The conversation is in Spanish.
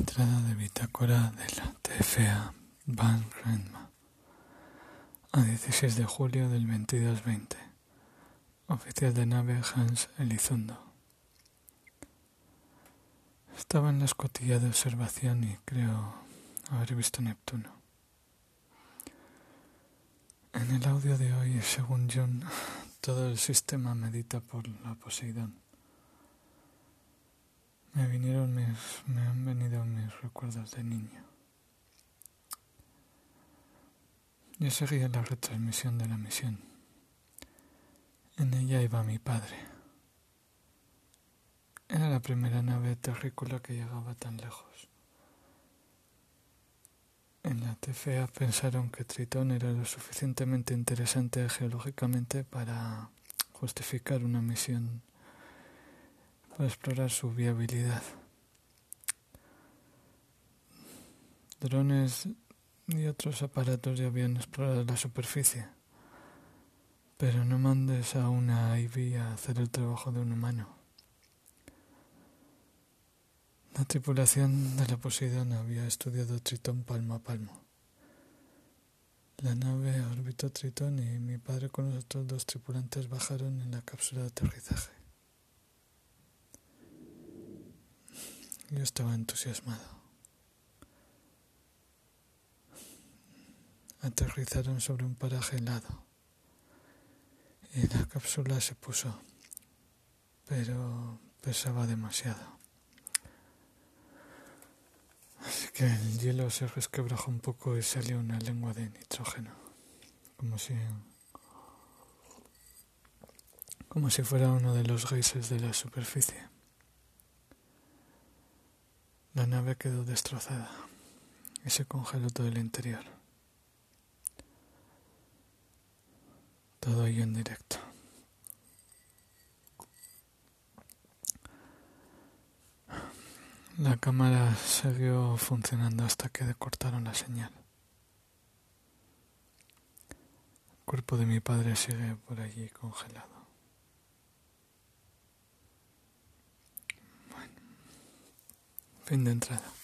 Entrada de bitácora de la TFA Van Renma a 16 de julio del 2220. Oficial de nave Hans Elizondo. Estaba en la escotilla de observación y creo haber visto Neptuno. En el audio de hoy, según John, todo el sistema medita por la Poseidón. Me han venido mis recuerdos de niño. Yo seguía la retransmisión de la misión. En ella iba mi padre. Era la primera nave terrícola que llegaba tan lejos. En la TFA pensaron que Tritón era lo suficientemente interesante geológicamente para justificar una misión para explorar su viabilidad. Drones y otros aparatos ya habían explorado la superficie, pero no mandes a una IV a hacer el trabajo de un humano. La tripulación de la Poseidón había estudiado Tritón palmo a palmo. La nave orbitó Tritón y mi padre con los otros dos tripulantes bajaron en la cápsula de aterrizaje. Yo estaba entusiasmado. Aterrizaron sobre un paraje helado y la cápsula se puso, pero pesaba demasiado. Así que el hielo se resquebrajó un poco y salió una lengua de nitrógeno, como si fuera uno de los geysers de la superficie. La nave quedó destrozada y se congeló todo el interior. Todo ello en directo. La cámara siguió funcionando hasta que cortaron la señal. El cuerpo de mi padre sigue por allí congelado. Bueno, fin de entrada.